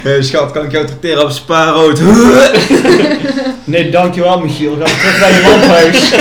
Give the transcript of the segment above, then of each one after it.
Hey schat, kan ik jou trakteren op spaarrood? Nee, dankjewel Michiel. Ga terug naar je landhuis.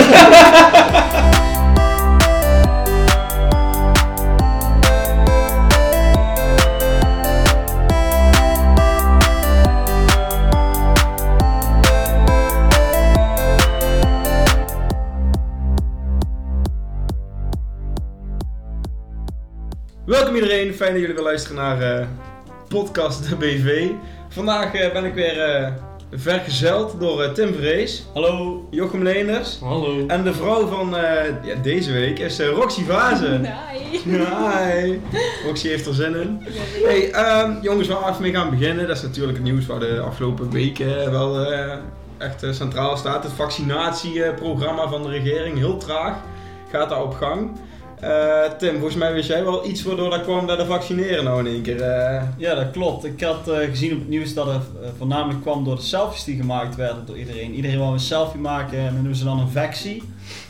Welkom iedereen, fijn dat jullie weer luisteren naar podcast de BV. Vandaag ben ik weer vergezeld door Tim Vrees. Hallo. Jochem Leenders. Hallo. En de vrouw van deze week is Roxy Vazen. Hi. Roxy heeft er zin in. Hey, jongens, waar we even mee gaan beginnen, dat is natuurlijk het nieuws waar de afgelopen weken wel echt centraal staat. Het vaccinatieprogramma van de regering, heel traag, gaat daar op gang. Tim, volgens mij wist jij wel iets waardoor dat kwam dat de vaccineren nou in één keer. Ja, dat klopt. Ik had gezien op het nieuws dat het voornamelijk kwam door de selfies die gemaakt werden door iedereen. Iedereen wou een selfie maken en dan doen ze dan een vaccie.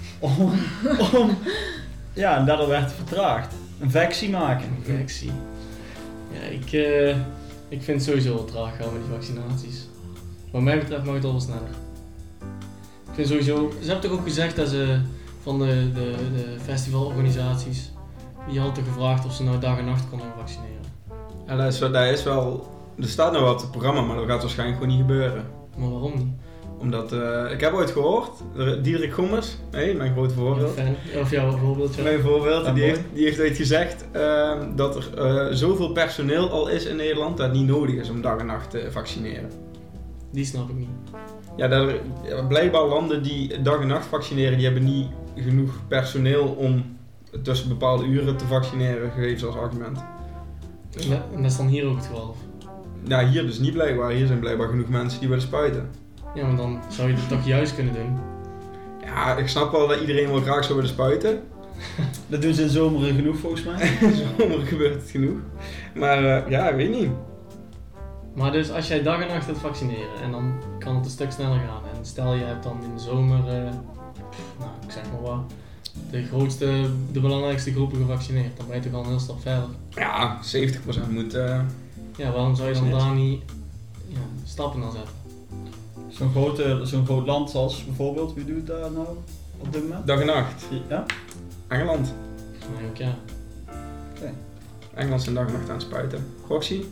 Ja, en daardoor werd het vertraagd. Een vaccie maken. Een vaccie. Ja, ik vind het sowieso wel traag gaan met die vaccinaties. Wat mij betreft mag het al wel sneller. Ik vind sowieso, ze hebben toch ook gezegd dat ze van de festivalorganisaties, die hadden gevraagd of ze nou dag en nacht konden vaccineren. Ja, dat is wel, er staat nou wel op het programma, maar dat gaat waarschijnlijk gewoon niet gebeuren. Maar waarom niet? Omdat, ik heb ooit gehoord, Diederik Gommers, mijn grote voorbeeld. Of jouw voorbeeld, ja. Mijn voorbeeld, die heeft ooit gezegd dat er zoveel personeel al is in Nederland dat het niet nodig is om dag en nacht te vaccineren. Die snap ik niet. Ja, blijkbaar landen die dag en nacht vaccineren, die hebben niet genoeg personeel om tussen bepaalde uren te vaccineren, gegeven als argument. En dat is dan hier ook het geval? Ja, hier dus niet blijkbaar. Hier zijn blijkbaar genoeg mensen die willen spuiten. Ja, maar dan zou je het toch juist kunnen doen? Ja, ik snap wel dat iedereen wel graag zou willen spuiten. Dat doen ze in zomer genoeg volgens mij. In zomer gebeurt het genoeg. Maar ja, ik weet niet. Maar dus als jij dag en nacht gaat vaccineren en dan kan het een stuk sneller gaan. En stel je hebt dan in de zomer, nou ik zeg maar wat, de belangrijkste groepen gevaccineerd. Dan ben je toch al een heel stap verder. Ja, 70% moet... Ja, waarom zou je dan daar niet stappen aan zetten? Zo'n groot land als bijvoorbeeld, wie doet dat nou op dit moment? Dag en nacht. Ja? Engeland. Volgens mij ook ja. Okay. Engeland zijn dag en nacht aan het spuiten. Roxy?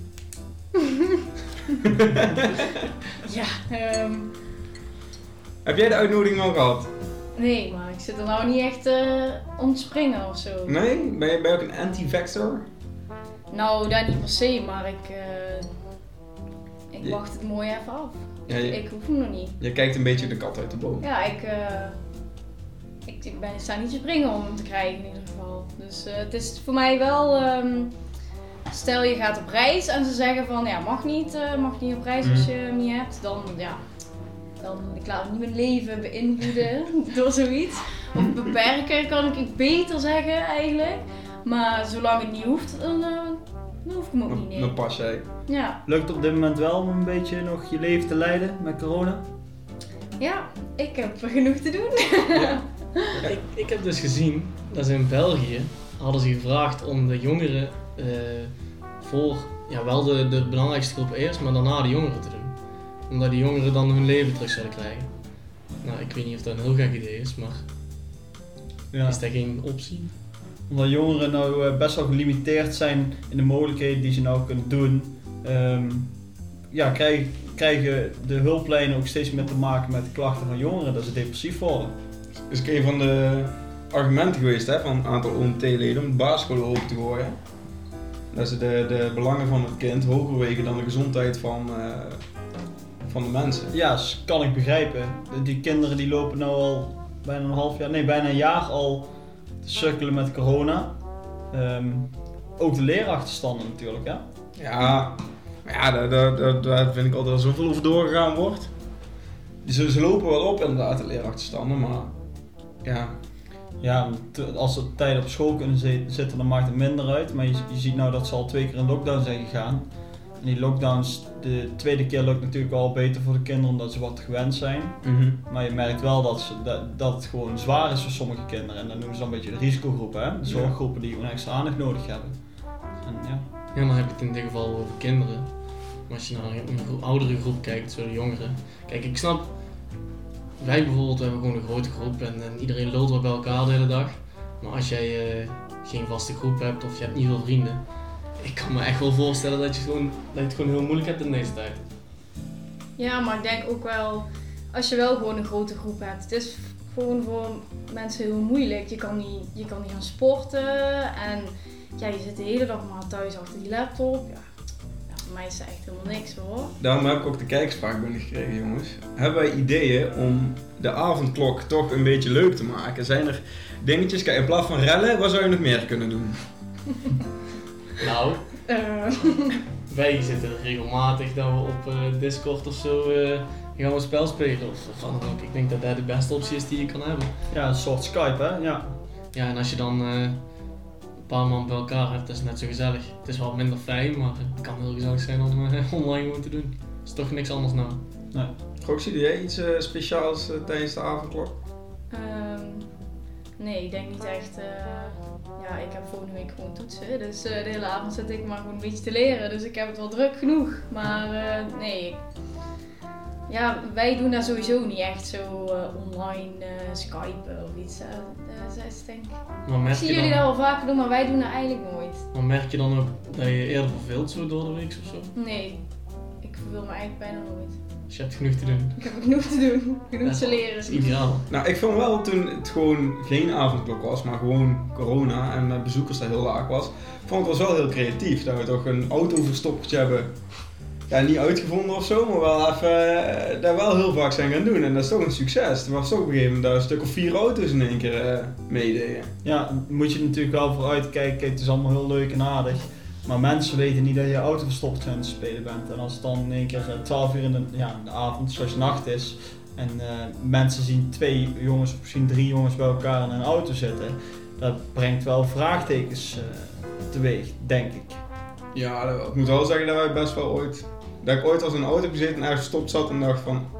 Ja, Heb jij de uitnodiging al gehad? nee, maar ik zit er nou niet echt om te springen of zo. Nee? Ben je ook een anti-vaxxer? Nou, daar niet per se, maar ik wacht het mooi even af. Ja, Ik hoef hem nog niet. je kijkt een beetje de kat uit de boom. Ja, ik sta niet te springen om hem te krijgen in ieder geval. Dus het is voor mij wel, stel je gaat op reis en ze zeggen van ja, mag niet op reis als je hem niet hebt, dan ik laat niet mijn leven beïnvloeden door zoiets. Of beperken kan ik beter zeggen eigenlijk. Maar zolang het niet hoeft, dan hoef ik hem ook niet. Nee. Dan pas jij. Ja. Lukt het op dit moment wel om een beetje nog je leven te leiden met corona? Ja, ik heb genoeg te doen. Ja. Ik heb dus gezien dat ze in België hadden ze gevraagd om de jongeren voor wel de belangrijkste groep eerst, maar daarna de jongeren te doen. Omdat die jongeren dan hun leven terug zouden krijgen. Nou, ik weet niet of dat een heel gek idee is, maar is dat geen optie? Omdat jongeren nou best wel gelimiteerd zijn in de mogelijkheden die ze nou kunnen doen, krijgen de hulplijnen ook steeds meer te maken met de klachten van jongeren dat ze depressief worden. Dat is ook een van de argumenten geweest van een aantal OMT-leden om de basisscholen open te gooien. Dat ze de belangen van het kind hoger wegen dan de gezondheid van de mensen. Ja, kan ik begrijpen. Die kinderen die lopen nou al bijna een jaar al te sukkelen met corona. Ook de leerachterstanden natuurlijk, hè? Ja, maar ja, daar vind ik altijd dat zoveel over doorgegaan wordt. Ze lopen wel op inderdaad, de leerachterstanden, maar ja. Ja, als ze tijden op school kunnen zitten, dan maakt het minder uit. Maar je ziet nou dat ze al 2 keer in lockdown zijn gegaan. En die lockdowns, de tweede keer lukt natuurlijk wel beter voor de kinderen omdat ze wat gewend zijn. Mm-hmm. Maar je merkt wel dat het gewoon zwaar is voor sommige kinderen. En dat noemen ze dan een beetje de risicogroepen, hè? De zorggroepen die gewoon extra aandacht nodig hebben. En, ja. Ja, dan heb je het in dit geval over kinderen. Maar als je naar een oudere groep kijkt, zo de jongeren. Kijk, ik snap, wij bijvoorbeeld hebben gewoon een grote groep en iedereen lult wel bij elkaar de hele dag. Maar als jij geen vaste groep hebt of je hebt niet veel vrienden, ik kan me echt wel voorstellen dat je het gewoon heel moeilijk hebt in deze tijd. Ja, maar ik denk ook wel, als je wel gewoon een grote groep hebt, het is gewoon voor mensen heel moeilijk. Je kan niet gaan sporten en ja, je zit de hele dag maar thuis achter die laptop. Ja, voor mij is dat echt helemaal niks hoor. Daarom heb ik ook de kijkersvraag binnengekregen, jongens. Hebben wij ideeën om de avondklok toch een beetje leuk te maken? Zijn er dingetjes, kijk, in plaats van rellen, wat zou je nog meer kunnen doen? Nou, wij zitten regelmatig dat we op Discord of zo gaan we een spel spelen of wat dan ook. Ik denk dat dat de beste optie is die je kan hebben. Ja, een soort Skype hè, ja. Ja, en als je dan een paar man bij elkaar hebt, dat is net zo gezellig. Het is wel minder fijn, maar het kan heel gezellig zijn om online gewoon te doen. Het is toch niks anders nou. Nee. Roxy, doe jij iets speciaals tijdens de avondklok? Nee, ik denk niet echt. Ja, ik heb volgende week gewoon toetsen, dus de hele avond zit ik maar gewoon een beetje te leren. Dus ik heb het wel druk genoeg. Maar nee, ja, wij doen daar sowieso niet echt zo online skypen of iets. Denk ik. Ik zie jullie dat wel vaker doen, maar wij doen dat eigenlijk nooit. Maar merk je dan ook dat je eerder verveelt zo door de week of zo? Nee, ik verveel me eigenlijk bijna nooit. Dus je hebt genoeg te doen. Ik heb genoeg te doen, genoeg te leren. Dat is ideaal. Nou, ik vond wel toen het gewoon geen avondklok was, maar gewoon corona en mijn bezoekers daar heel laag was, vond het wel heel creatief dat we toch een autoverstoppertje hebben. Ja, niet uitgevonden of zo, maar wel even daar wel heel vaak zijn gaan doen. En dat is toch een succes. Er was toch op een gegeven moment dat een stuk of 4 auto's in één keer meededen. Ja, moet je natuurlijk wel vooruit kijken. Kijk, het is allemaal heel leuk en aardig. Maar mensen weten niet dat je auto verstopt aan het spelen bent. En als het dan in één keer 12 uur in de avond, zoals nacht is. En mensen zien 2 jongens of misschien 3 jongens bij elkaar in een auto zitten. Dat brengt wel vraagtekens teweeg, denk ik. Ja, ik moet wel zeggen dat wij best wel ooit... Dat ik ooit als in een auto heb gezeten en ergens gestopt zat en dacht van...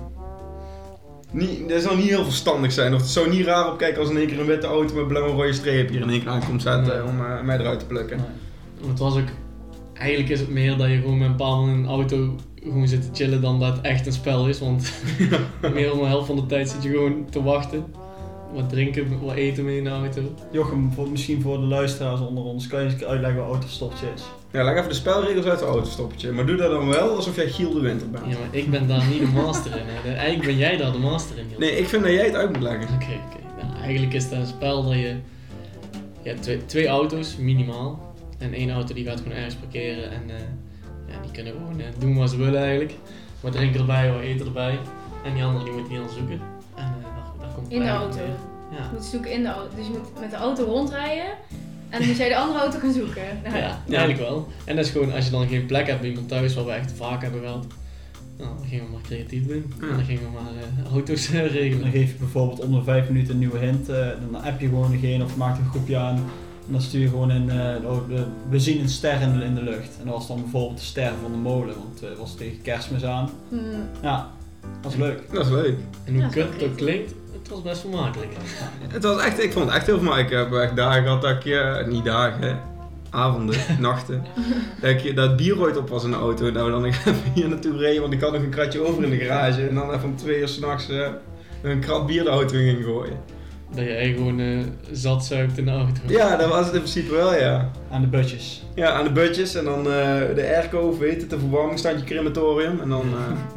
dat zou niet heel verstandig zijn. Of het zou niet raar opkijken als in één keer een witte auto met blauwe rode streep hier in één keer aankomt zetten om mij eruit te plukken. Nee. Het was ook... Eigenlijk is het meer dat je gewoon met een paar man in een auto gewoon zit te chillen dan dat het echt een spel is. Want meer dan de helft van de tijd zit je gewoon te wachten. Wat drinken, wat eten mee in de auto. Jochem, misschien voor de luisteraars onder ons, kan je eens uitleggen wat autoverstoppertje is? Ja, leg even de spelregels uit de autostoppertje. Maar doe dat dan wel alsof jij Giel de Winter bent. Ja, maar ik ben daar niet de master in. Hè. Eigenlijk ben jij daar de master in. Niels. Nee, ik vind dat jij het uit moet leggen. Oké. Nou, eigenlijk is dat een spel dat je... Ja, twee auto's, minimaal. En 1 auto die gaat gewoon ergens parkeren. En die kunnen gewoon doen wat ze willen eigenlijk. Wat drinken erbij, wat eten erbij. En die andere die moet je dan zoeken. En daar komt in de auto? Ja. Je moet zoeken in de auto. Dus je moet met de auto rondrijden. En dan moet jij de andere auto gaan zoeken. Nou, ja, eigenlijk wel. En dat is gewoon, als je dan geen plek hebt bij iemand thuis, wat we echt vaak hebben gehad. Nou, dan gingen we maar creatief doen. En dan gingen we maar auto's regelen. Dan geef je bijvoorbeeld om de 5 minuten een nieuwe hint. Dan app je gewoon degene of maakt een groepje aan. En dan stuur je gewoon in, we zien een ster in de lucht. En dat was dan bijvoorbeeld de ster van de molen, want het was tegen Kerstmis aan. Ja, dat is leuk. Dat is leuk. En hoe kut het ook klinkt, het was best vermakelijk. Het was echt, ik vond het echt heel vermakelijk. Ik heb echt dagen gehad dat ik, niet dagen, avonden, nachten, dat bier ooit op was in de auto. En dat we dan even hier naartoe reden, want ik had nog een kratje over in de garage. En dan even om 2 uur 's nachts een krat bier de auto in ging gooien. Dat je eigenlijk gewoon zat zuipt in de auto. Ja, dat was het in principe wel, ja. Aan de budgetjes. Ja, aan de budgetjes en dan de airco, weet het, de verwarmingstandje crematorium en dan...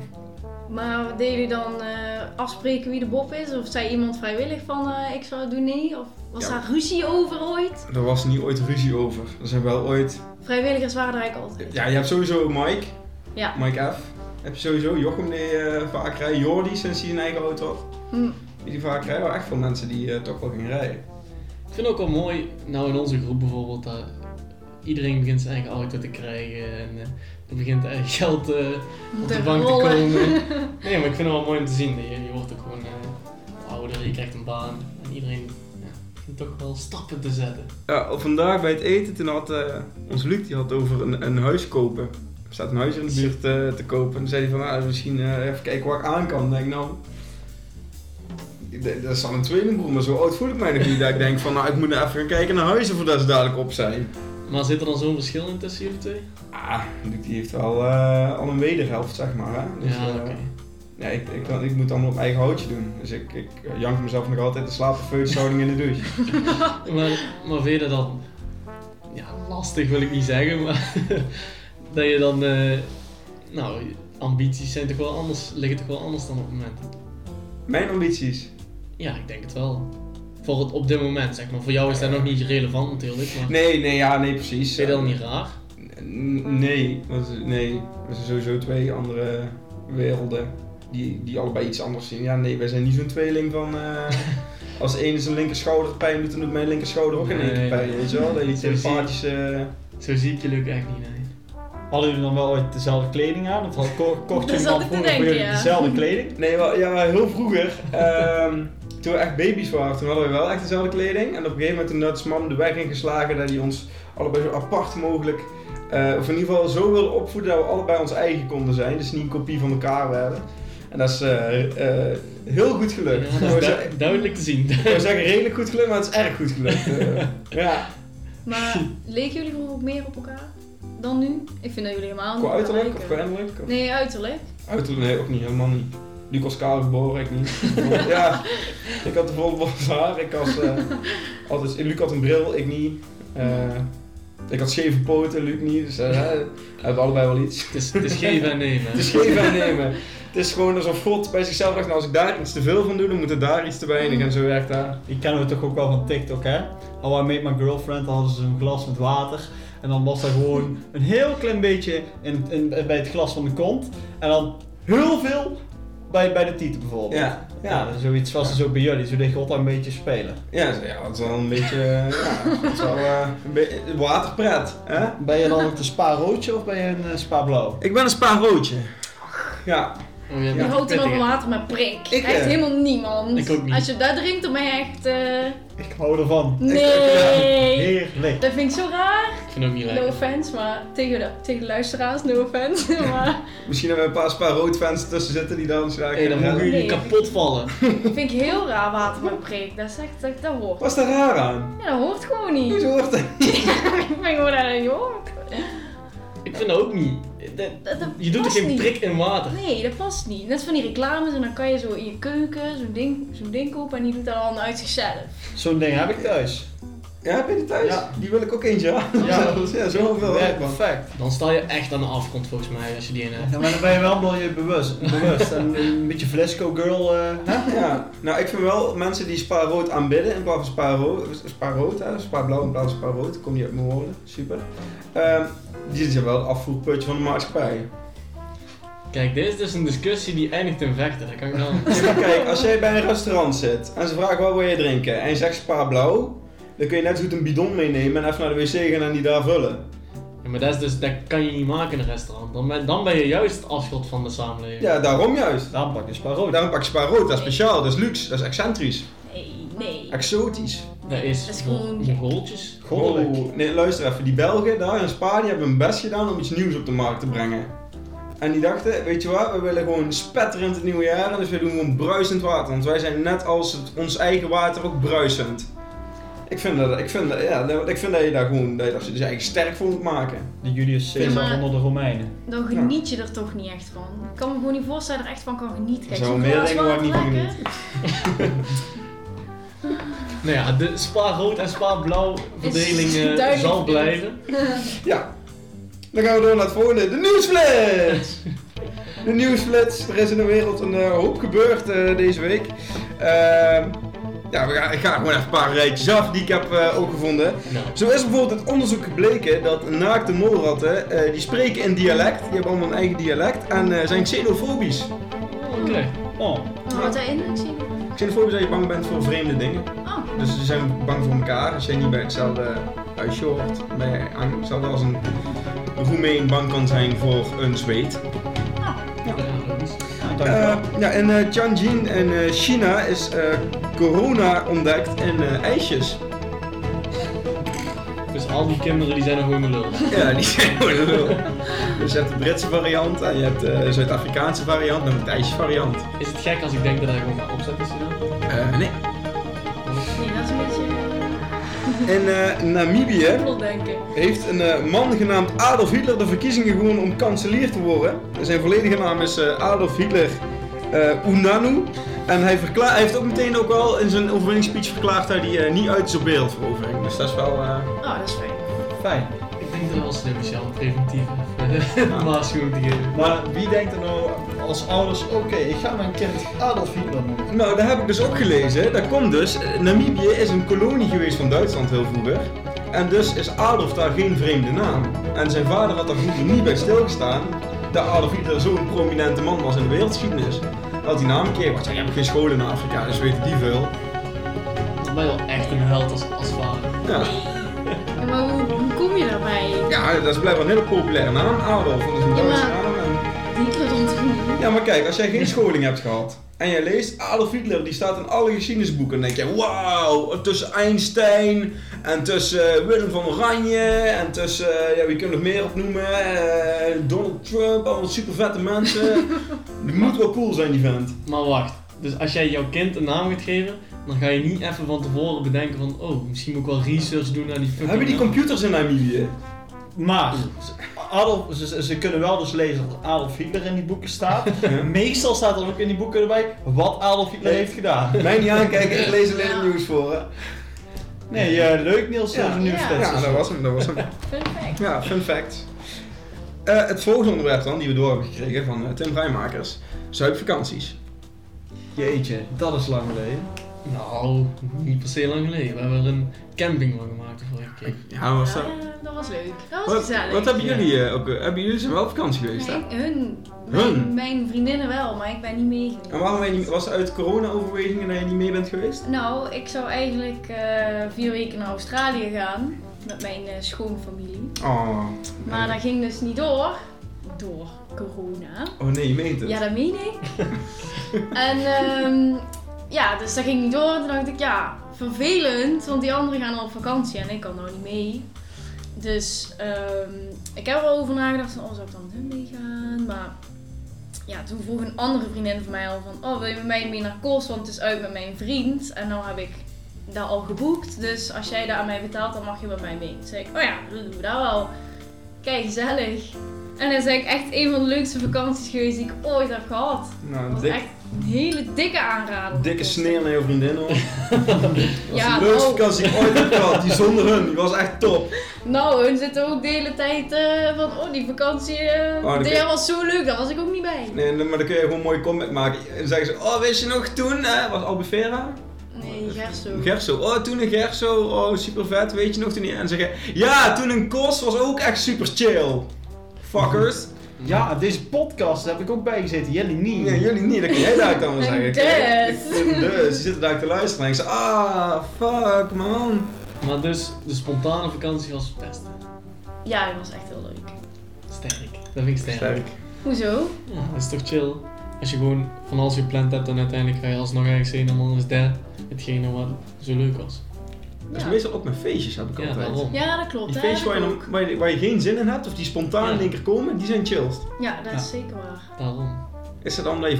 Maar deden jullie dan afspreken wie de Bob is? Of zei iemand vrijwillig van ik zou het doen niet? Of was daar ruzie over ooit? Er was niet ooit ruzie over. Er zijn wel ooit... Vrijwilligers waren er eigenlijk altijd. Ja, je hebt sowieso Mike. Ja. Mike F. Heb je sowieso. Jochem die vaak rijdt. Jordi sinds hij een eigen auto had. Die vaak rijden. Wel echt veel mensen die toch wel gingen rijden. Ik vind ook wel mooi, nou in onze groep bijvoorbeeld, dat iedereen begint zijn eigen auto te krijgen en er begint eigenlijk geld op de bank te komen. Nee, maar ik vind het wel mooi om te zien. Je wordt ook gewoon ouder, je krijgt een baan en iedereen begint toch wel stappen te zetten. Ja, vandaag bij het eten, toen had ons Luc die had over een huis kopen. Er staat een huis in de buurt te kopen. En toen zei hij van, misschien even kijken wat ik aan kan. Dan denk ik, nou, dat is dan een tweelingbroer, maar zo oud voel ik mij nog niet. Dat ik denk van, ik moet even gaan kijken naar huizen voordat ze dadelijk op zijn. Maar zit er dan zo'n verschil in tussen jullie twee? Luc die heeft wel al een wederhelft, zeg maar. Hè? Dus, ja, oké. Ja, ik moet dan op eigen houtje doen. Dus ik jank mezelf nog altijd te slapen feutushouding in de douche. maar vind je dat dan... Ja, lastig wil ik niet zeggen, maar... dat je dan... ambities zijn toch wel anders, liggen toch wel anders dan op het moment? Mijn ambities? Ja, ik denk het wel. Op dit moment, zeg maar. Voor jou is dat nog niet relevant natuurlijk, maar... Nee, precies. Vind je dat dan niet raar? Nee. We zijn sowieso twee andere werelden die allebei iets anders zien. Ja, nee, wij zijn niet zo'n tweeling van... als de ene zijn linker schouder pijn doet, dan doet mijn linker schouder ook in één keer pijn, weet je wel? Dat die telepathische... Zo zie ik jullie ook echt niet, nee. Hadden jullie dan wel ooit dezelfde kleding aan? Of kocht jullie dan vroeger denken, voor jullie dezelfde kleding? Nee, heel vroeger. Toen we echt baby's waren, toen hadden we wel echt dezelfde kleding. En op een gegeven moment toen had mam de weg ingeslagen dat hij ons allebei zo apart mogelijk... of in ieder geval zo wilde opvoeden dat we allebei ons eigen konden zijn. Dus niet een kopie van elkaar werden. En dat is heel goed gelukt. Ja, dat is duidelijk te zien. Ik zou zeggen redelijk goed gelukt, maar het is erg goed gelukt. Ja. Maar leken jullie vroeger ook meer op elkaar dan nu? Ik vind dat jullie helemaal niet Qua uiterlijk lijken. of qua innerlijk? Of? Nee, uiterlijk. Uiterlijk? Nee, ook niet, helemaal niet. Luc was kaal geboren, ik niet. Ja, ik had de volle bos haar. Luc had een bril, ik niet. Ik had scheve poten, Luc niet. Dus we hebben allebei wel iets. Het is geven en nemen. Het is geven en nemen. Het is gewoon alsof God bij zichzelf dacht, nou, als ik daar iets te veel van doe, dan moet er daar iets te weinig en zo werkt dat. Die kennen we toch ook wel van TikTok, hè? How I Met My Girlfriend, dan hadden ze een glas met water. En dan was er gewoon een heel klein beetje bij het glas van de kont. En dan heel veel bij de titel bijvoorbeeld. Ja. Zoiets was er zo bij jullie, zo dat God daar een beetje spelen. Ja, dat is wel een beetje, dat is wel een beetje waterpret. Hè? Ben je dan ook een spa-roodje of ben je een spa-blauw? Ik ben een spa-roodje. Ja. Je houdt er nog van water met prik. Echt helemaal niemand. Ik ook niet. Als je dat drinkt, dan ben je echt... Ik hou ervan. Nee! Heerlijk. Dat vind ik zo raar. Ik vind het ook niet No lekker. offense, maar tegen de luisteraars, no offense. Maar Misschien hebben we een paar spa-rood fans tussen zitten die dan graag... Dan mogen jullie Nee. kapot vallen. dat vind ik heel raar, water met prik. Dat is echt, dat hoort. Wat is daar raar aan? Ja, dat hoort gewoon niet. Hoezo hoort dat? Ik ben gewoon aan een jongen. Ik vind dat ook niet. Je doet er past geen niet. prik in water. Nee, dat past niet. Net van die reclames en dan kan je zo in je keuken zo'n ding kopen en die doet dat dan uit zichzelf. Zo'n ding heb ik thuis. Ja, heb je die thuis? Ja. Die wil ik ook eentje aan. Ja, zoveel Werkt werk, man. perfect. Dan sta je echt aan de afgrond volgens mij als je die in hebt. Ja, maar dan ben je wel bewust. En een beetje Fresco girl, hè? Ja, nou ik vind wel mensen die spa-rood aanbidden in plaats van spa-rood, hè, spa-blauw in plaats van spa-rood, kom niet uit mijn woorden, super. Die zijn wel het afvoerputje van de maatschappij. Kijk, dit is dus een discussie die eindigt in vechten. Dat kan ik nou... Ja, maar kijk, als jij bij een restaurant zit en ze vragen wat wil je drinken en je zegt spa-blauw, dan kun je net zo goed een bidon meenemen en even naar de wc gaan en die daar vullen. Ja, maar dat kan je niet maken in een restaurant. Dan ben je juist het afschot van de samenleving. Ja, daarom juist. Dan pak je spa-rood. Daarom pak je spa-rood, dat is speciaal, dat is luxe, dat is excentrisch, Nee. exotisch. Dat is gewoon gek. Mongooltjes. Goddelijk. Oh, nee, luister even, die Belgen daar in Spa die hebben hun best gedaan om iets nieuws op de markt te brengen. En die dachten, weet je wat, we willen gewoon spetterend het nieuwe jaar, dus we doen gewoon bruisend water. Want wij zijn net als ons eigen water ook bruisend. Ik vind dat je daar gewoon, dat je je eigen sterk voor moet maken. De Julius Caesar Ja, maar- onder de Romeinen. Dan geniet je er toch niet echt van. Ik kan me gewoon niet voorstellen dat je er echt van kan genieten. Kijk, Er zijn zo'n wel meer glas dingen waar ik water niet van lekker. Nou ja, de spa-rood en spa-blauw verdeling duidelijk zal verdeeld. blijven. Ja, dan gaan we door naar het volgende, de nieuwsflits! De nieuwsflits, er is in de wereld een hoop gebeurd deze week. Ik ga gewoon even een paar rijtjes af die ik heb ook gevonden. Nou, Zo is bijvoorbeeld uit onderzoek gebleken dat naakte molratten, die spreken in dialect, die hebben allemaal een eigen dialect en zijn xenofobisch. oké. Oh. Wat houdt daarin? Ik zie. Xenofobisch dat je bang bent voor vreemde dingen. Oh. Dus ze zijn bang voor elkaar. Als jij niet bij hetzelfde huisje hoort, ben je hetzelfde als een Roemeen bang kan zijn voor een Zweed. In Tianjin in China is corona ontdekt in ijsjes. Dus al die kinderen die zijn nog gewoon een lul. Ja, die zijn gewoon een lul. Dus je hebt de Britse variant en je hebt de Zuid-Afrikaanse variant en de ijsvariant. Is het gek als ik denk dat hij gewoon maar opzet is gedaan? Nee. Nee, dat is een beetje... In Namibië denken. heeft een man genaamd Adolf Hitler de verkiezingen gewonnen om kanselier te worden. Zijn volledige naam is Adolf Hitler Unanu. En hij heeft ook meteen ook al in zijn overwinningsspeech verklaard dat hij niet uit is op wereldverovering. Dus dat is wel... Oh, dat is fijn. Fijn. Ik denk dat wel slim is, Jan, preventief waarschuwing te geven. Maar wie denkt er nou als ouders, oké, ik ga mijn kind Adolf Hitler noemen? Nou, dat heb ik dus ook gelezen. Dat komt dus, Namibië is een kolonie geweest van Duitsland heel vroeger. En dus is Adolf daar geen vreemde naam. En zijn vader had daar vroeger niet bij stilgestaan dat Adolf Hitler zo'n prominente man was in de wereldgeschiedenis. Had die naam een keer, want je hebt geen scholen in Afrika, dus weten die veel. Dan ben je wel echt een held als vader. Ja. Ja, maar hoe kom je daarbij? Ja, dat is blijkbaar een hele populaire naam, Adolf. Dat is een Duitse naam. Hitler dan toch? Ja, maar kijk, als jij geen scholing hebt gehad en jij leest Adolf Hitler, die staat in alle geschiedenisboeken, dan denk je, wauw, tussen Einstein en tussen Willem van Oranje en tussen, ja, wie kun je nog meer opnoemen, Donald Trump, allemaal super vette mensen. Die moet wel cool zijn, die vent. Maar wacht, dus als jij jouw kind een naam gaat geven, dan ga je niet even van tevoren bedenken van, oh, misschien moet ik wel research doen naar die fucking Hebben die naam. computers in Namibië? Maar ze kunnen wel dus lezen dat Adolf Hitler in die boeken staat. Ja. Meestal staat er ook in die boeken erbij wat Adolf Hitler heeft gedaan. Mij niet aankijken, ik lees alleen het nieuws voor. Hè. Nee, leuk Niels, Ja. een nieuwsflits. Ja, dat was hem. Fun fact. Ja, fun fact. Het volgende onderwerp dan, die we door hebben gekregen van Tim Vrijmakers. Zuipvakanties. Jeetje, dat is lang geleden. Nou, niet per se lang geleden. We hebben er een camping van gemaakt de vorige keer. Ja, was dat? Ja, dat was leuk. Dat was gezellig. Wat hebben jullie ook? Hebben jullie zijn wel op vakantie geweest, hè? Nee, mijn vriendinnen wel, maar ik ben niet meegeweest. En waarom ben je niet, was het uit corona-overwegingen dat je niet mee bent geweest? Nou, ik zou eigenlijk 4 weken naar Australië gaan met mijn schoonfamilie. Oh. Maar dat ging dus niet door. Door corona. Oh nee, je meent het. Ja, dat meen ik. En ja, dus dat ging niet door. Toen dacht ik, ja, vervelend, want die anderen gaan al op vakantie en ik kan nou niet mee. Dus ik heb er wel over nagedacht van, zou ik dan met hun meegaan? Maar ja, toen vroeg een andere vriendin van mij al van, wil je met mij mee naar Kos, want het is uit met mijn vriend. En nou heb ik dat al geboekt, dus als jij dat aan mij betaalt, dan mag je met mij mee. Toen zei ik, oh ja, dan doen we dat wel. Kijk, gezellig. En dat is eigenlijk echt een van de leukste vakanties geweest die ik ooit heb gehad. Nou, Dat was echt een hele dikke aanrader. dikke sneer naar je vriendin hoor. Dat was Ja, de leukste nou. vakantie die ik ooit heb gehad. Die zonder hun, die was echt top. Nou, hun zitten ook de hele tijd van, die vakantie, die was zo leuk, daar was ik ook niet bij. Nee, maar dan kun je gewoon een mooie comeback maken. En dan zeggen ze, weet je nog toen, was Albufeira? Nee, Gerso. Gerso, toen in Gerso, super vet, weet je nog toen? En dan zeggen, ja, toen in Kos was ook echt super chill. Fuckers. Ja, deze podcast daar heb ik ook bij gezeten, jullie niet. Nee, jullie niet, dat kun jij daar dan wel zeggen. Dus. Die zitten daar te luisteren en denken ze, fuck man. Maar dus, de spontane vakantie was het beste. Ja, dat was echt heel leuk. Sterk. Dat vind ik sterk. Hoezo? Ja, dat is toch chill. Als je gewoon van alles gepland hebt, dan uiteindelijk ga je alsnog ergens heen en dan is dat hetgene wat zo leuk was. Dat is Ja. meestal ook met feestjes, heb ik Ja, altijd. daarom. Ja, dat klopt. Die hè, feestjes dat waar je, klopt. waar je geen zin in hebt, of die spontaan in één keer komen, die zijn chillst. Ja, dat is Ja. zeker waar. Daarom. Is het dan dat je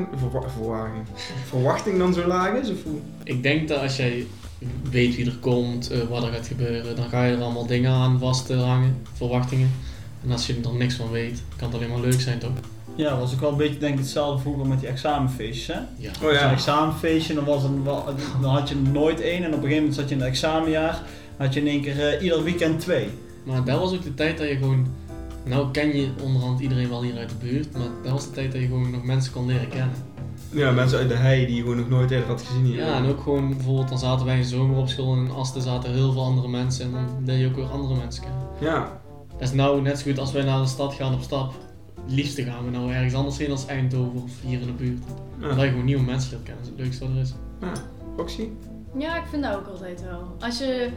verwachting dan zo laag is? Of hoe? Ik denk dat als jij weet wie er komt, wat er gaat gebeuren, dan ga je er allemaal dingen aan vasthangen, verwachtingen. En als je er dan niks van weet, kan het alleen maar leuk zijn toch? Ja, dat was ook wel een beetje denk ik hetzelfde vroeger met die examenfeestjes, hè? Ja. Oh Als ja. een examenfeestje, dan had je nooit één en op een gegeven moment zat je in het examenjaar, had je in één keer ieder weekend 2. Maar dat was ook de tijd dat je gewoon, nou ken je onderhand iedereen wel hier uit de buurt, maar dat was de tijd dat je gewoon nog mensen kon leren kennen. Ja, mensen uit de hei die je gewoon nog nooit eerder had gezien hier. Ja, en ook gewoon bijvoorbeeld, dan zaten wij in zomer op school en in Asten zaten heel veel andere mensen en dan leer je ook weer andere mensen kennen. Ja. Dat is nou net zo goed als wij naar een stad gaan op stap. Het liefste gaan we nou ergens anders heen als Eindhoven of hier in de buurt. Ja. Dat je gewoon nieuwe mensen leert kennen, dat is het leukste wat er is. Ja. Roxy? Ja, ik vind dat ook altijd wel. Als je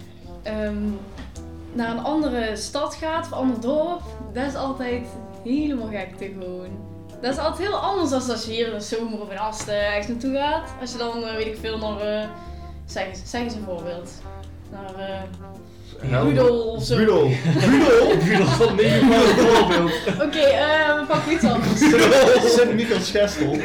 naar een andere stad gaat of een ander dorp, dat is altijd helemaal gek te gewoon. Dat is altijd heel anders dan als je hier in de zomer of in Asten ergens naartoe gaat. Als je dan, weet ik veel, naar, zeg eens een voorbeeld. Naar Budel of zo. Budel. Budel van nee, maar een voorbeeld. Oké, we pakken iets anders. Sint-Michels Gestel.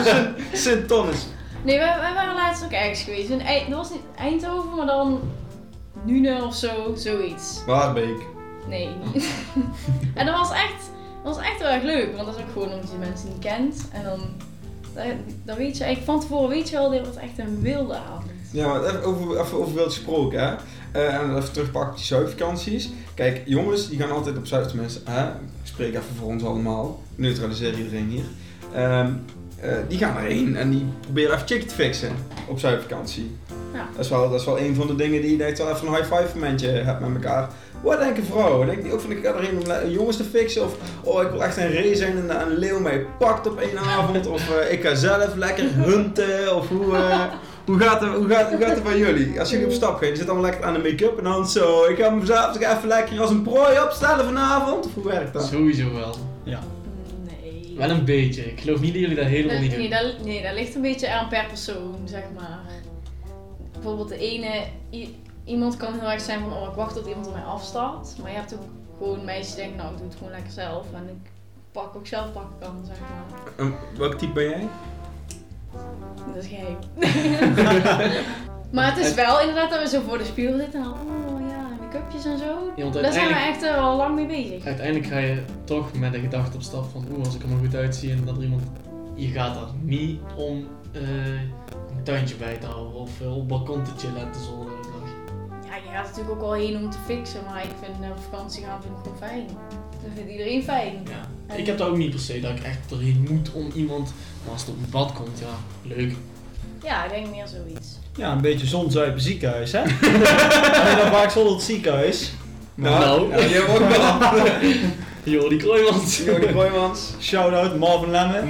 Sint-Thomas. Nee, wij waren laatst ook ergens geweest. Dat was niet Eindhoven, maar dan Nune of zo, zoiets. Waarbeek. Nee, niet. En dat was echt heel erg leuk, want dat is ook gewoon omdat je mensen niet kent. En dan weet je, van tevoren weet je wel, dit wordt echt een wilde avond. Ja, maar even over wild gesproken, hè. En even terugpakken op die zuidvakanties. Kijk, jongens, die gaan altijd op zuid, tenminste, hè. Ik spreek even voor ons allemaal. Neutraliseer iedereen hier. Die gaan erheen en die proberen even chick te fixen op zuidvakantie. Ja. Dat is wel een van de dingen die je denkt wel even een high five momentje hebt met elkaar. Wat denken vrouwen? Denk die ook van ik ga erheen om jongens te fixen? Of ik wil echt een race zijn en een leeuw mij pakt op één avond? Of ik ga zelf lekker hunten? Of hoe gaat het bij jullie? Als jullie op stap gaan, je zit allemaal lekker aan de make-up en dan zo. Ik ga mezelf even lekker als een prooi opstellen vanavond? Of hoe werkt dat? Sowieso wel. Ja. Nee. Wel een beetje. Ik geloof niet dat jullie dat helemaal niet doen. Nee, dat ligt een beetje aan per persoon, zeg maar. Bijvoorbeeld de ene, iemand kan heel erg zijn van ik wacht tot iemand op mij afstapt. Maar je hebt ook gewoon meisjes die denken, ik doe het gewoon lekker zelf. En ik pak ook zelf pakken kan, zeg maar. Welk type ben jij? Dat is geheim. Maar het is wel inderdaad dat we zo voor de spiegel zitten en dan, make-upjes en zo. Ja, want daar zijn we echt al lang mee bezig. Uiteindelijk ga je toch met de gedachte op stap van als ik er maar goed uitzie en dat er iemand... Je gaat er niet om een tuintje bij te houden of op het balkon te chillen en te zonnen. Ja, je gaat natuurlijk ook wel heen om te fixen, maar ik vind op vakantie gaan vind ik gewoon fijn. Dat vindt iedereen fijn. Ja. Ik heb dat ook niet per se dat ik echt erheen moet om iemand, maar als het op mijn pad komt, ja, leuk. Ja, ik denk meer zoiets. Ja, een beetje zonzuipen ziekenhuis, hè? Alleen dan vaak zonder het ziekenhuis. Nou. Ja, die hebben we ook wel. Jordi Kroijmans. Shout-out Marvin Lemme.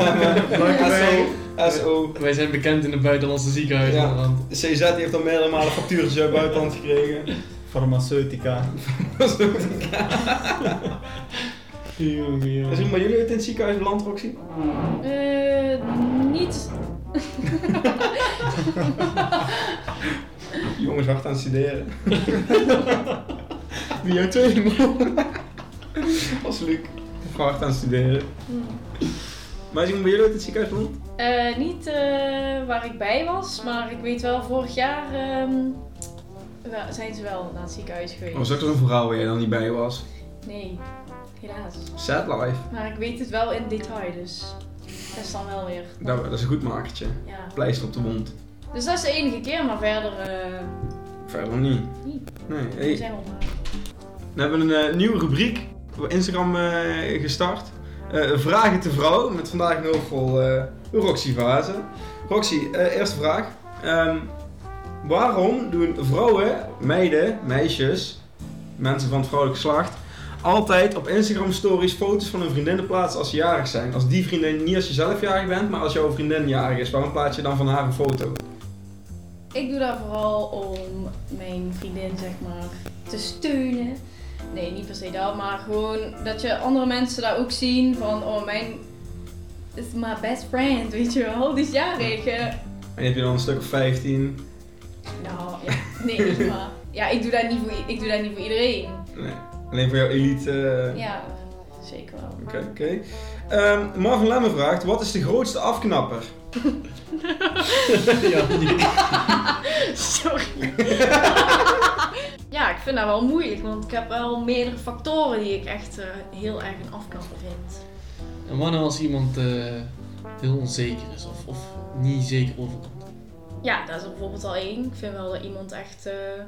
SO. Wij zijn bekend in de buitenlandse ziekenhuizen. Ja. De CZ heeft al meerdere malen factuurtjes uit buitenland gekregen. Farmaceutica. Is er bij jullie uit in het ziekenhuis beland, Roxy? Niet. Jongens, wacht aan het studeren. Wie jouw tweede man? Als Luc. Wacht aan het studeren. Maar is iemand bij jullie uit het ziekenhuis beland? Niet waar ik bij was, maar ik weet wel, vorig jaar zijn ze wel naar het ziekenhuis geweest. Was ook zo'n verhaal waar jij dan niet bij was? Nee, helaas. Sad life. Maar ik weet het wel in detail, dus dat is dan wel weer. Dat is een goed makertje. Ja. Pleister op de wond. Dus dat is de enige keer, maar verder Verder niet. niet. Nee. We Hey. zijn wel We hebben een nieuwe rubriek op Instagram gestart. Vragen te vrouw, met vandaag een hoofdvol Roxy Vaze. Roxy, eerste vraag. Waarom doen vrouwen, meiden, meisjes, mensen van het vrouwelijk geslacht, altijd op Instagram stories foto's van hun vriendinnen plaatsen als ze jarig zijn? Als die vriendin, niet als je zelf jarig bent, maar als jouw vriendin jarig is, waarom plaats je dan van haar een foto? Ik doe dat vooral om mijn vriendin, zeg maar, te steunen. Nee, niet per se dat, maar gewoon dat je andere mensen daar ook zien van, is my best friend, weet je wel, die is jarig. En heb je dan een stuk of 15? Nou, ja, nee, maar ja, ik doe dat niet voor iedereen. Nee, alleen voor jouw elite. Ja, zeker wel. Oké. Marvin Lemme vraagt, wat is de grootste afknapper? Ja, Sorry. Ja, ik vind dat wel moeilijk, want ik heb wel meerdere factoren die ik echt heel erg een afknapper vind. En wanneer als iemand heel onzeker is of niet zeker overkomt? Ja, dat is er bijvoorbeeld al één. Ik vind wel dat iemand echt,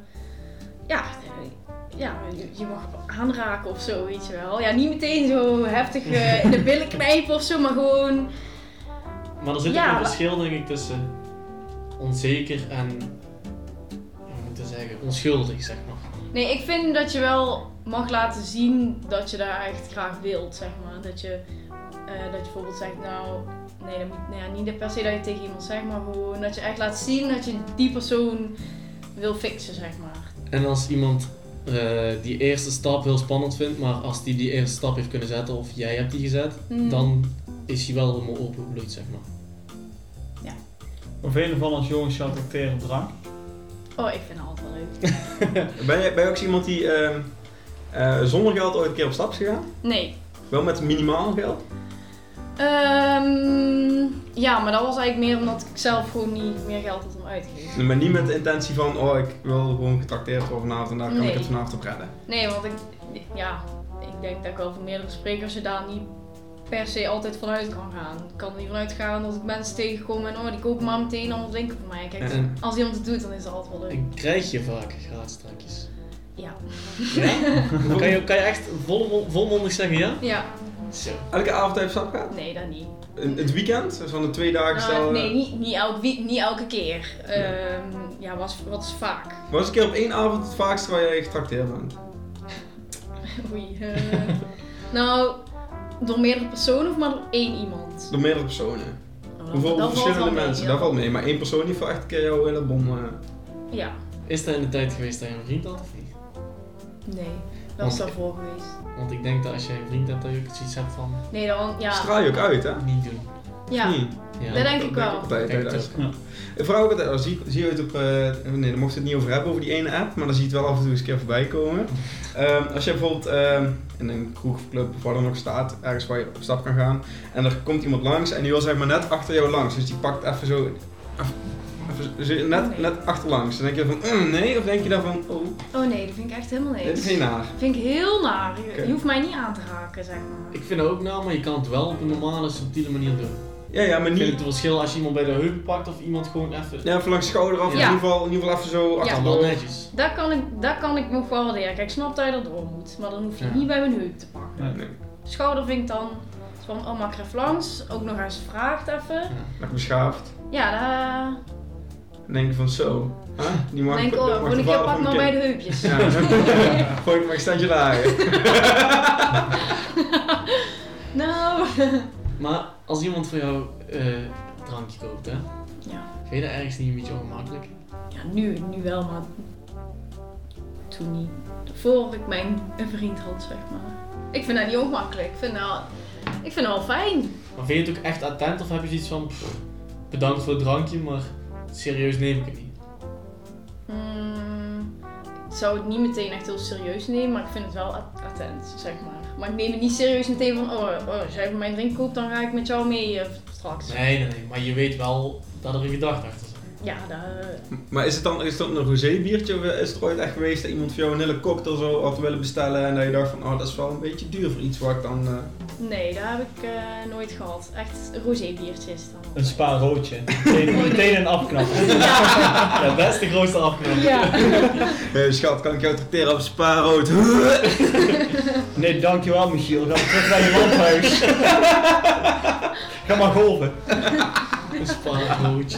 je mag aanraken of zo, weet je wel. Ja, niet meteen zo heftig in de billen knijpen of zo, maar gewoon... Maar er zit ook een verschil, denk ik, tussen onzeker en, hoe moet ik zeggen, onschuldig, zeg maar. Nee, ik vind dat je wel mag laten zien dat je daar echt graag wilt, zeg maar. Dat je bijvoorbeeld zegt, niet per se dat je tegen iemand zegt, maar gewoon dat je echt laat zien dat je die persoon wil fixen, zeg maar. En als iemand die eerste stap heel spannend vindt, maar als die eerste stap heeft kunnen zetten of jij hebt die gezet, dan is hij wel helemaal opengebloeid, zeg maar. Ja. Wat vind je ervan als jongens jou tracteren op drank? Oh, ik vind het altijd wel leuk. Ben je ook zo iemand die zonder geld ooit een keer op stap is gegaan? Nee. Wel met minimaal geld? Ja, maar dat was eigenlijk meer omdat ik zelf gewoon niet meer geld had om uit te geven. Maar niet met de intentie van, ik wil gewoon getrakteerd worden vanavond en daar kan ik het vanavond op redden. Nee, want ik denk dat ik wel van meerdere sprekers er daar niet per se altijd vanuit kan gaan. Ik kan er niet vanuit gaan dat ik mensen tegenkom en die kopen maar meteen allemaal drinken voor mij. Kijk, als iemand het doet, dan is het altijd wel leuk. En krijg je vaak gratis drankjes? Ja. Ja? Kan je echt volmondig zeggen ja? Ja. Zo. Elke avond even stap gaat? Nee, dat niet. Het weekend? Dus van de 2 dagen stel... Nee, niet elke keer. Wat is vaak? Wat was een keer op 1 avond het vaakste waar jij getrakteerd bent? Oei. Nou, door meerdere personen of maar door 1 iemand? Door meerdere personen. Dat Verschillende mensen, dat valt mee. Maar 1 persoon die voor echt een keer jouw hele bom... Ja. Is dat in de tijd geweest dat je een vriend had of niet? Nee, dat was daarvoor geweest. Want ik denk dat als jij een vriend hebt, dat je ook zoiets hebt van... Nee, dan... Ja. Straal je ook uit, hè? Niet doen. Ja, Ja. dat denk ik wel. Ik vraag ook altijd, zie je het op... nee, daar mocht je het niet over hebben, over die ene app. Maar dan zie je het wel af en toe eens een keer voorbij komen. Als je bijvoorbeeld in een kroeg of club of waar dan ook staat, ergens waar je op stap kan gaan. En er komt iemand langs en die wil zeg maar net achter jou langs. Dus die pakt even zo... Net achterlangs. Dan denk je van, nee? Of denk je dan van, oh nee, dat vind ik echt helemaal niks. Dit is niet naar. Dat vind ik heel naar. Okay. Je hoeft mij niet aan te raken, zeg maar. Ik vind het ook naar, maar je kan het wel op een normale, subtiele manier doen. Ja, maar Ik niet... vind het verschil als je iemand bij de heupen pakt of iemand gewoon even... Ja, even langs de schouder af. Ja. In ieder geval even zo Dat is achterdoor. wel netjes. Dat kan ik nog wel waarderen. Kijk, ik snap dat je er door moet. Maar dan hoef je niet bij mijn heup te pakken. Nee. Schouder vind ik dan van, mag ik er even langs? Ook nog eens vraagt even. Lekker beschaafd. Ja, daar... Dan denk je van zo. Die mag denk ik, volgende keer pak maar bij de heupjes. Ja, gooi ik maar een standje lager. Nou. Maar als iemand voor jou drankje koopt, hè? Ja. Vind je dat ergens niet een beetje ongemakkelijk? Ja, nu wel, maar toen niet. Voor ik mijn vriend had, zeg maar. Ik vind dat niet ongemakkelijk. Ik vind dat wel fijn. Maar vind je het ook echt attent of heb je zoiets van bedankt voor het drankje, maar serieus neem ik het niet? Ik zou het niet meteen echt heel serieus nemen, maar ik vind het wel attent, zeg maar. Maar ik neem het niet serieus meteen van, als jij voor mijn drink koopt, dan ga ik met jou mee straks. Nee, maar je weet wel dat er een gedachte achter zit. Ja, Maar is het dan een rosé biertje of is het ooit echt geweest dat iemand voor jou een hele cocktail zo had willen bestellen en dat je dacht van, dat is wel een beetje duur voor iets waar ik dan... Nee, dat heb ik nooit gehad. Echt rosé biertjes dan. Een spaarroodje. Meteen een afknap. Ja, dat is de grootste afknap. Ja. Hey, schat, kan ik jou trakteren op een spaarrood? Nee, dankjewel Michiel. Ga terug naar je landhuis. Ga maar golven. Een spaarroodje.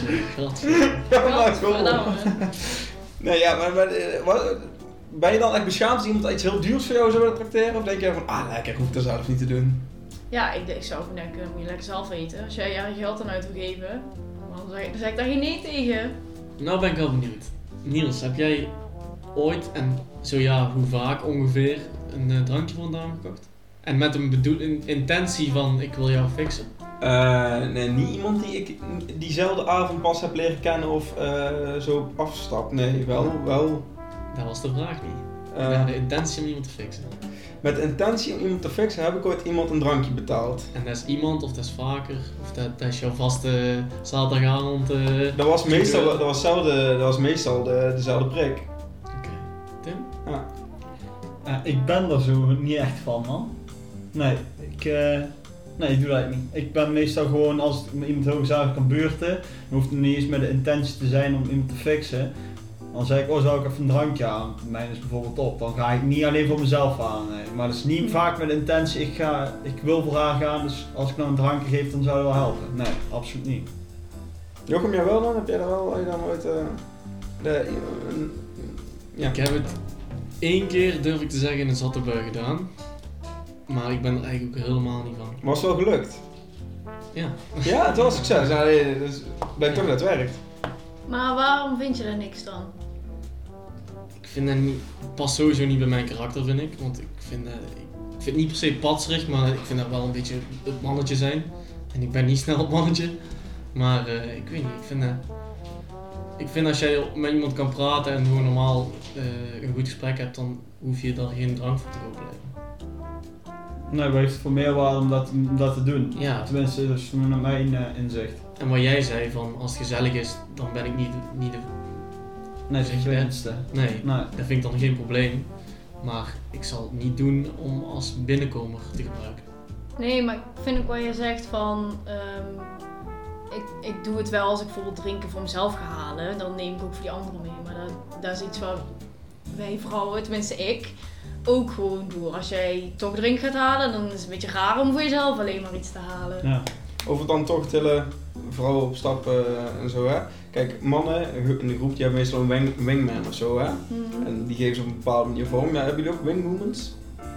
Nee, ja, maar ben je dan echt beschaamd als iemand iets heel duurs voor jou zou willen trakteren? Of denk je van, lekker, ik hoef dat zelf niet te doen? Ja, ik zou van denken, moet je lekker zelf eten. Als jij je geld aan uit wil geven, dan zeg ik daar geen nee tegen. Nou ben ik wel benieuwd. Niels, heb jij ooit, en zo ja, hoe vaak ongeveer, een drankje voor een dame gekocht? En met een intentie van, ik wil jou fixen? Nee, niet iemand die ik diezelfde avond pas heb leren kennen of zo op afstap. Nee, wel. Dat was de vraag niet. Met de intentie om iemand te fixen. Met de intentie om iemand te fixen heb ik ooit iemand een drankje betaald. En dat is iemand, of dat is vaker, of dat is jouw vaste zaterdagavond... Dat was meestal dezelfde prik. Oké. Tim? Ja. Ik ben daar zo niet echt van, man. Nee, ik doe dat eigenlijk niet. Ik ben meestal gewoon, als iemand heel gezellig kan buurten, dan hoeft het niet eens met de intentie te zijn om iemand te fixen. Dan zeg ik, zou ik even een drankje aan? Mijn is bijvoorbeeld op. Dan ga ik niet alleen voor mezelf aan. Nee. Maar dat is niet vaak met de intentie, ik wil voor haar gaan, dus als ik nou een drankje geef, dan zou dat wel helpen. Nee, absoluut niet. Jochem, jij wel dan? Heb jij dan ooit... Ja. Ik heb het 1 keer, durf ik te zeggen, in een zatte bui gedaan. Maar ik ben er eigenlijk ook helemaal niet van. Maar was het wel gelukt? Ja. Ja, het was succes. Ja, dus blijkt toch dat het werkt. Maar waarom vind je daar niks dan? Ik vind dat niet, past sowieso niet bij mijn karakter, vind ik. Want ik vind het niet per se patserig, maar ik vind dat wel een beetje het mannetje zijn. En ik ben niet snel het mannetje. Maar ik weet niet, ik vind als jij met iemand kan praten en gewoon normaal een goed gesprek hebt, dan hoef je daar geen drank voor te kopen. Nee, maar heeft het voor meerwaarde om dat te doen. Ja. Tenminste, dat is naar mijn inzicht. En wat jij zei van als het gezellig is, dan ben ik niet de... Nee, dat is het minste. Nee, dat vind ik dan geen probleem. Maar ik zal het niet doen om als binnenkomer te gebruiken. Nee, maar ik vind ook wat je zegt van... Ik doe het wel als ik bijvoorbeeld drinken voor mezelf ga halen. Dan neem ik ook voor die anderen mee. Maar dat is iets wat wij vrouwen, tenminste ik, ook gewoon doen. Als jij toch drink gaat halen, dan is het een beetje raar om voor jezelf alleen maar iets te halen. Ja. Over dan toch tillen, vrouwen op stap en zo hè. Kijk, mannen in de groep die hebben meestal een wingman of zo hè. Mm-hmm. En die geven ze op een bepaalde manier vorm. Ja, hebben jullie ook wingwomans?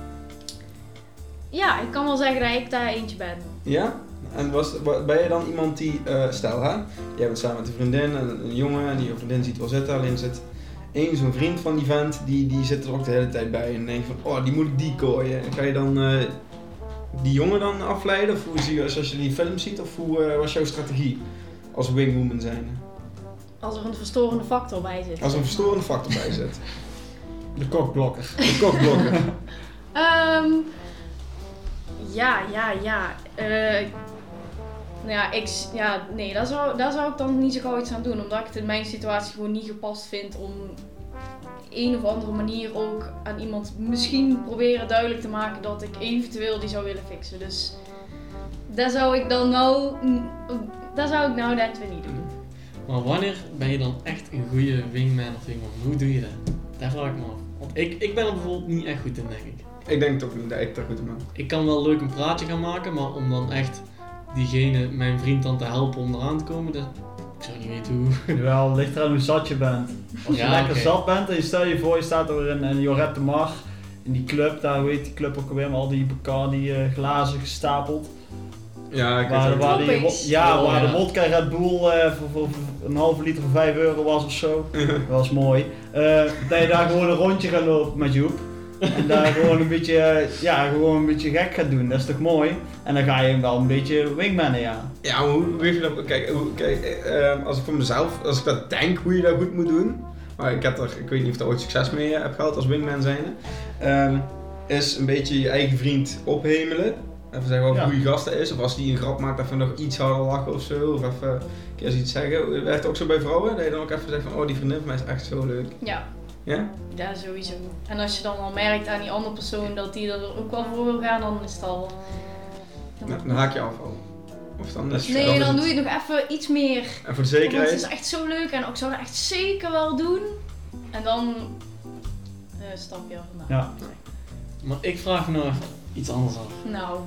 Ja, ik kan wel zeggen dat ik daar eentje ben. Ja? En ben je dan iemand die, stel hè, jij bent samen met een vriendin en een jongen en die vriendin ziet wel zitten, alleen zit één zo'n vriend van die vent, die zit er ook de hele tijd bij en denkt van, oh die moet ik decooien. Ga je dan die jongen dan afleiden of hoe zie je, als je die film ziet of hoe was jouw strategie als wingwoman zijn? Als er een verstorende factor bij zit. Als er een verstorende factor bij zit. De kokblokker. De kokblokker. Nee, daar zou ik dan niet zo gauw iets aan doen. Omdat ik het in mijn situatie gewoon niet gepast vind om een of andere manier ook aan iemand misschien proberen duidelijk te maken dat ik eventueel die zou willen fixen. Dus daar zou ik nou net weer niet doen. Maar wanneer ben je dan echt een goede wingman of wingwoman? Hoe doe je dat? Daar vraag ik me af. Want ik ben er bijvoorbeeld niet echt goed in, denk ik. Ik denk toch niet dat ik daar goed in ben. Ik kan wel leuk een praatje gaan maken, maar om dan echt diegene, mijn vriend dan te helpen om eraan te komen, ik zou niet weten hoe. Jawel, het ligt eraan hoe zat je bent. Als je lekker zat bent en je stel je voor je staat er in Jorette de Mar, in die club, daar hoe heet die club ook alweer, met al die Bacardi glazen gestapeld. Ja, ik waar weet de wodka Red Bull voor een halve liter voor €5 was of zo. Dat was mooi. Dat je daar gewoon een rondje gaat lopen met Joep. En daar gewoon een beetje gek gaat doen, dat is toch mooi? En dan ga je wel een beetje wingmannen, ja. Ja, maar hoe weet je dat? Kijk, als ik voor mezelf, als ik dat denk hoe je dat goed moet doen, maar ik weet niet of ik daar ooit succes mee heb gehad als wingman zijnde, is een beetje je eigen vriend ophemelen. Even zeggen wat een goede gast dat is, of als die een grap maakt, even nog iets harder lachen of zo, of even een keer iets zeggen. Werkt het ook zo bij vrouwen, dat je dan ook even zegt van, oh die vriendin van mij is echt zo leuk. Ja. Ja? Ja, sowieso. En als je dan al merkt aan die andere persoon dat die er ook wel voor wil gaan, dan is het al... Dan haak je af al. Of dan is dan doe je het nog even iets meer. En voor de zekerheid? Het is echt zo leuk en ik zou dat echt zeker wel doen. En dan stap je er vandaag. Ja. Maar ik vraag me nou even iets anders af. Nou.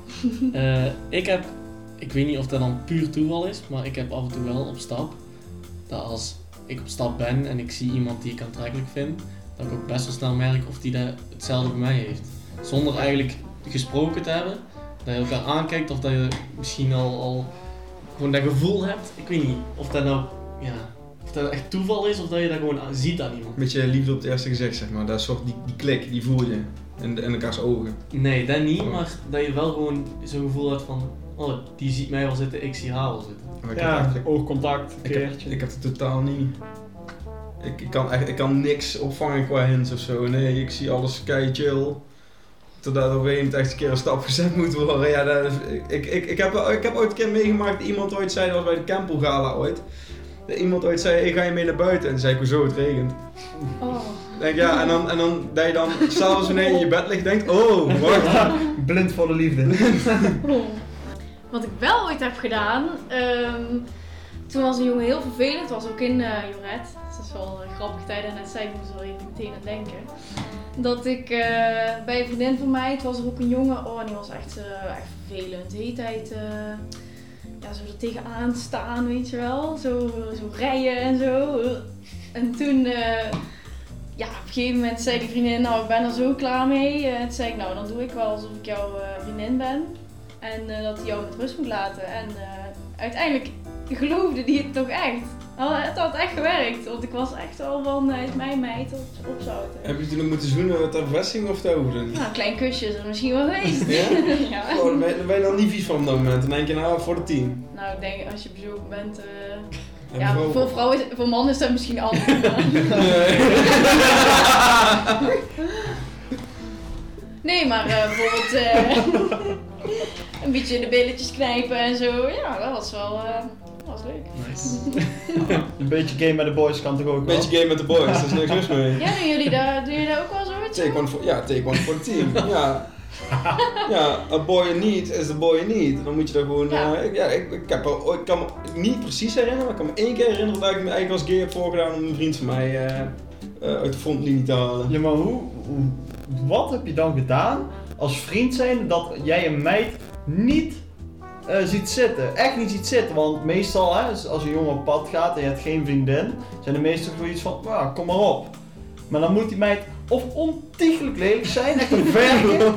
Ik weet niet of dat dan puur toeval is, maar ik heb af en toe wel op stap, dat als ik op stap ben en ik zie iemand die ik aantrekkelijk vind, dat ik ook best wel snel merk of die dat hetzelfde bij mij heeft. Zonder eigenlijk gesproken te hebben, dat je elkaar aankijkt of dat je misschien al gewoon dat gevoel hebt. Ik weet niet of dat nou, of dat echt toeval is of dat je dat gewoon ziet aan iemand. Een beetje liefde op het eerste gezicht, zeg maar. Dat is soort die klik, die voel je in elkaars ogen. Nee, dat niet, maar dat je wel gewoon zo'n gevoel hebt van, oh, die ziet mij wel zitten, ik zie haar wel zitten. Oogcontact, een keertje. Ik heb het totaal niet. Ik kan niks opvangen qua hints of zo. Nee, ik zie alles kei chill. Totdat er op een moment echt een keer een stap gezet moet worden. Ja, ik heb ooit een keer meegemaakt dat iemand ooit zei, dat was bij de Campbell Gala ooit. Dat iemand ooit zei, hey, ga je mee naar buiten? En toen zei ik, hoezo, het regent. Oh. Denk, ja, en dan dat je dan s'avonds wanneer je in je bed ligt denkt, oh, wacht. Blind voor de liefde. Wat ik wel ooit heb gedaan, toen was een jongen heel vervelend, was ook in Jorette. Dus dat is wel grappig dat je net zei, ik moest er even meteen aan denken. Dat ik bij een vriendin van mij, het was er ook een jongen, en die was echt vervelend. De hele tijd zo er tegenaan staan, weet je wel. Zo rijden en zo. En toen, op een gegeven moment zei die vriendin, nou ik ben er zo klaar mee. En toen zei ik, nou dan doe ik wel alsof ik jouw vriendin ben. En dat hij jou met rust moet laten. En uiteindelijk geloofde die het toch echt. Het had echt gewerkt, want ik was echt al van uit mijn meid op zouten. Heb je toen ook moeten zoenen met de bevestiging of te houden? Nou, een klein kusje is er misschien wel geweest. Ja? Ja. Oh, dan ben je dan niet vies van op dat moment. Dan denk je, nou, voor de 10. Nou, ik denk als je bezoek bent... voor mannen is dat misschien anders. Nee, maar bijvoorbeeld een beetje de billetjes knijpen en zo. Ja, dat was wel dat was leuk. Nice. Een beetje game met de boys kan toch ook wel? Beetje game met de boys, daar is niks mis mee. Ja, doen jullie daar ook wel zoiets? Take one for the team. Ja. Ja, a boy in need is the boy in need. Dan moet je daar gewoon... Ik kan me niet precies herinneren, maar ik kan me 1 keer herinneren dat ik me eigenlijk als gay heb voorgedaan om een vriend van mij uit de frontlinie te halen. Ja, maar wat heb je dan gedaan als vriend zijn dat jij een meid niet ziet zitten? Echt niet ziet zitten, want meestal hè, als een jongen op pad gaat en je hebt geen vriendin, zijn de meesten zoiets van, kom maar op. Maar dan moet die meid of ontiegelijk lelijk zijn, echt een vergen,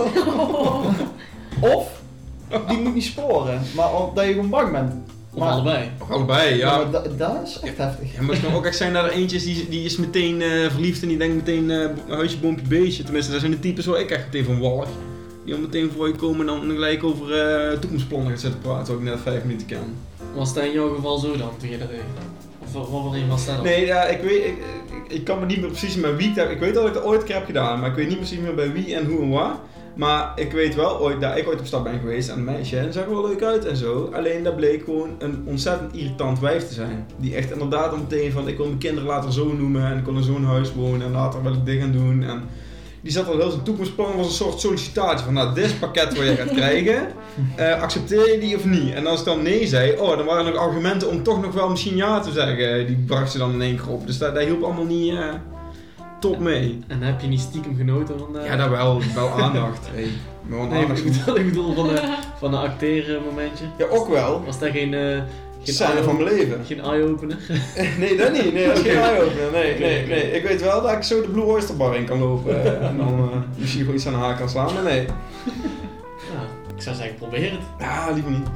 of die moet niet sporen, maar omdat je gewoon bang bent. Of allebei. Of allebei, ja. Maar dat is echt heftig. Ja, maar het kan ook echt zijn dat er eentje is die is meteen verliefd en die denkt meteen huisje, boompje, beestje. Tenminste, dat zijn de types waar ik echt meteen van walg. Die al meteen voor je komen en dan gelijk over toekomstplannen gaat zitten praten, wat ik net 5 minuten kan. Was dat in jouw geval zo dan, toen je dat deed? Of wanneer was dat dan? Nee, ja, ik kan me niet meer precies met wie ik weet dat ik dat ooit een keer heb gedaan, maar ik weet niet precies meer bij wie en hoe en waar. Maar ik weet wel ooit dat ik ooit op stap ben geweest aan een meisje en zag er wel leuk uit en zo. Alleen dat bleek gewoon een ontzettend irritant wijf te zijn. Die echt inderdaad al meteen van ik wil mijn kinderen later zo noemen en ik wil in zo'n huis wonen en later wil ik dit gaan doen. En die zat al heel zijn toekomstplan was een soort sollicitatie van nou dit is het pakket wat je gaat krijgen. Accepteer je die of niet? En als ik dan nee zei, dan waren er nog argumenten om toch nog wel misschien ja te zeggen. Die bracht ze dan in 1 keer op. Dus dat hielp allemaal niet top mee. En heb je niet stiekem genoten van de... Ja, dat wel aandacht. Hey, nee, ik bedoel van een acteren momentje. Ja, ook wel. Was dat geen scène van mijn leven. Geen eye-opener? Nee, dat niet. Nee, dat is geen eye-opener. Nee. Ik weet wel dat ik zo de Blue Oyster Bar in kan lopen en dan misschien gewoon iets aan de haak kan slaan, maar nee. Ja, ik zou zeggen, probeer het. Ja, liever niet.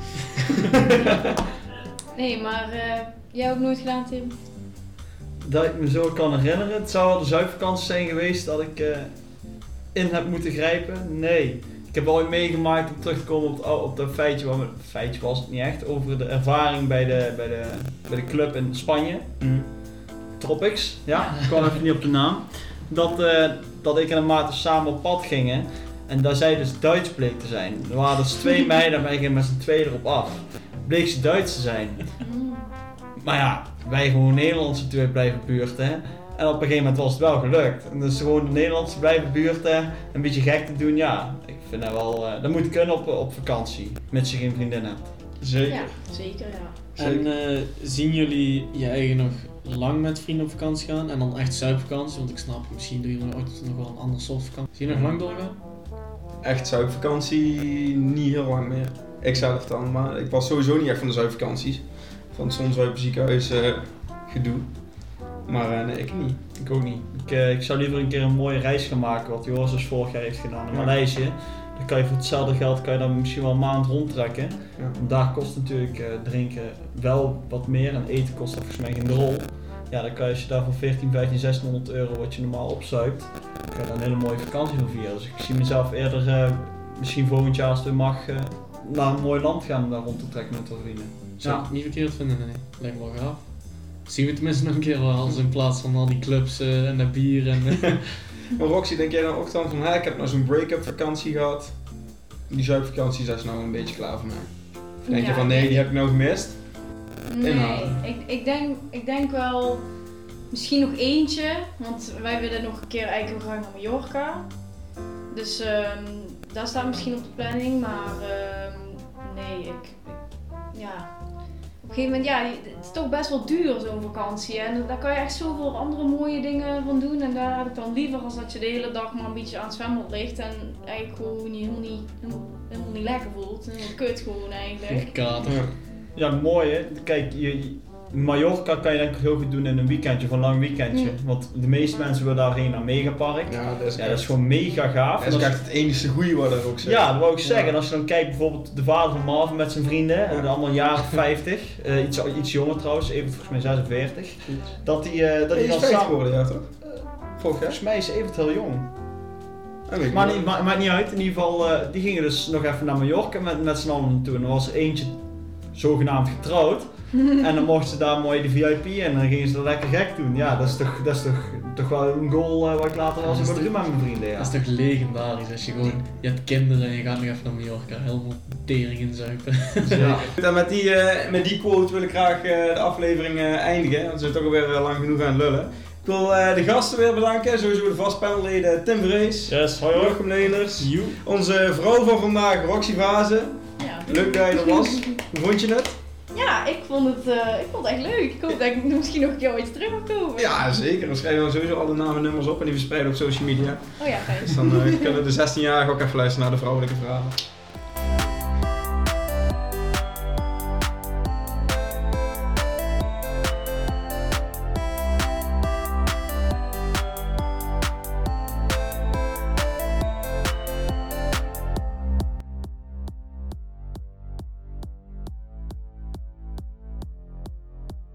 Nee, maar jij ook nooit gedaan, Tim? Dat ik me zo kan herinneren, het zou wel de zuidvakantie zijn geweest dat ik in heb moeten grijpen. Nee. Ik heb ooit meegemaakt om terug te komen op dat feitje, feitje was het niet echt, over de ervaring bij de club in Spanje. Tropics, ja, ik kwam even niet op de naam. Dat ik en een maat samen op pad gingen en daar zij dus Duits bleek te zijn. Er waren dus 2 meiden en wij gingen met z'n 2 erop af. Bleek ze Duits te zijn. Maar ja, wij gewoon Nederlandse natuurlijk blijven buurten. En op een gegeven moment was het wel gelukt. En dus gewoon de Nederlandse blijven buurten, een beetje gek te doen, ja. Ik vind dat wel, dat moet kunnen op vakantie, mits je geen vriendin hebt. Zeker. Ja, zeker ja. Zeker. En zien jullie je eigen nog lang met vrienden op vakantie gaan? En dan echt zuidvakantie? Want ik snap, misschien doe je ooit nog wel een ander soort vakantie. Zie je nog lang doorgaan? Echt zuidvakantie niet heel lang meer. Ik zelf dan, maar ik was sowieso niet echt van de zuidvakanties. Van het Zonzijpen ziekenhuis gedoe. Maar nee, ik niet. Ik ook niet. Ik zou liever een keer een mooie reis gaan maken, wat Joris dus vorig jaar heeft gedaan in Maleisië. Dan kan je voor hetzelfde geld dan misschien wel een maand rondtrekken. Ja. Daar kost natuurlijk drinken wel wat meer en eten kost dat volgens mij geen rol. Ja, dan kan je, als je daar voor 14, 15, 1600 euro wat je normaal opzuipt, dan kan je daar een hele mooie vakantie van vieren. Dus ik zie mezelf eerder, misschien volgend jaar als het mag, naar een mooi land gaan om daar rond te trekken met wat vrienden. Zou ik niet verkeerd vinden, nee. Lijkt me wel gaaf. Zien we tenminste nog een keer wel, als in plaats van al die clubs en dat bier en... Maar Roxy, denk jij dan ook dan van, ik heb nou zo'n break-up vakantie gehad. Die zuidvakantie is nou een beetje klaar voor mij. Of denk je van, nee, die heb ik nou gemist? Nee, ik denk wel misschien nog eentje, want wij willen nog een keer eigenlijk graag naar Mallorca. Dus daar staat misschien op de planning, maar nee, op een gegeven moment, het is toch best wel duur zo'n vakantie en daar kan je echt zoveel andere mooie dingen van doen en daar heb ik dan liever als dat je de hele dag maar een beetje aan het zwembad ligt en eigenlijk gewoon helemaal niet lekker voelt, helemaal kut gewoon eigenlijk. Kater. Ja, mooi hè. Kijk, Mallorca kan je denk ik heel goed doen in een weekendje, of een lang weekendje. Want de meeste mensen willen daarheen naar Megapark. Ja, dat is gewoon mega gaaf. Dat is echt het enige goede wat er ook zegt. Ja, dat wou ik zeggen. En als je dan kijkt bijvoorbeeld de vader van Marvin met zijn vrienden, en allemaal jaren 50, iets jonger trouwens, even volgens mij 46. Dat die is dan 50 geworden, ja toch? Volgens mij is Evert heel jong. Maakt niet uit, in ieder geval, die gingen dus nog even naar Mallorca met z'n allen naartoe. En er was eentje zogenaamd getrouwd. En dan mochten ze daar mooi de VIP en dan gingen ze dat lekker gek doen. Ja, dat is toch wel een goal wat ik later wel eens doen met mijn vrienden. Ja. Dat is toch legendarisch als je gewoon, je hebt kinderen en je gaat nog even naar Mallorca, helemaal tering inzuipen. Ja. En met die quote wil ik graag de aflevering eindigen, want we zijn toch alweer lang genoeg aan het lullen. Ik wil de gasten weer bedanken, sowieso de vastpanelleden Tim Vrees, Yes, hoi Jochem Leenders, onze vrouw van vandaag Roxy Vazen. Ja. Leuk dat je er was. Hoe vond je het? Ja, ik vond het echt leuk. Ik hoop dat ik misschien nog een keer ooit terug mag komen. Ja, zeker. Dan schrijven we sowieso alle namen en nummers op en die verspreiden op social media. Oh ja, fijn. Dus dan kunnen de 16-jarigen ook even luisteren naar de vrouwelijke verhalen.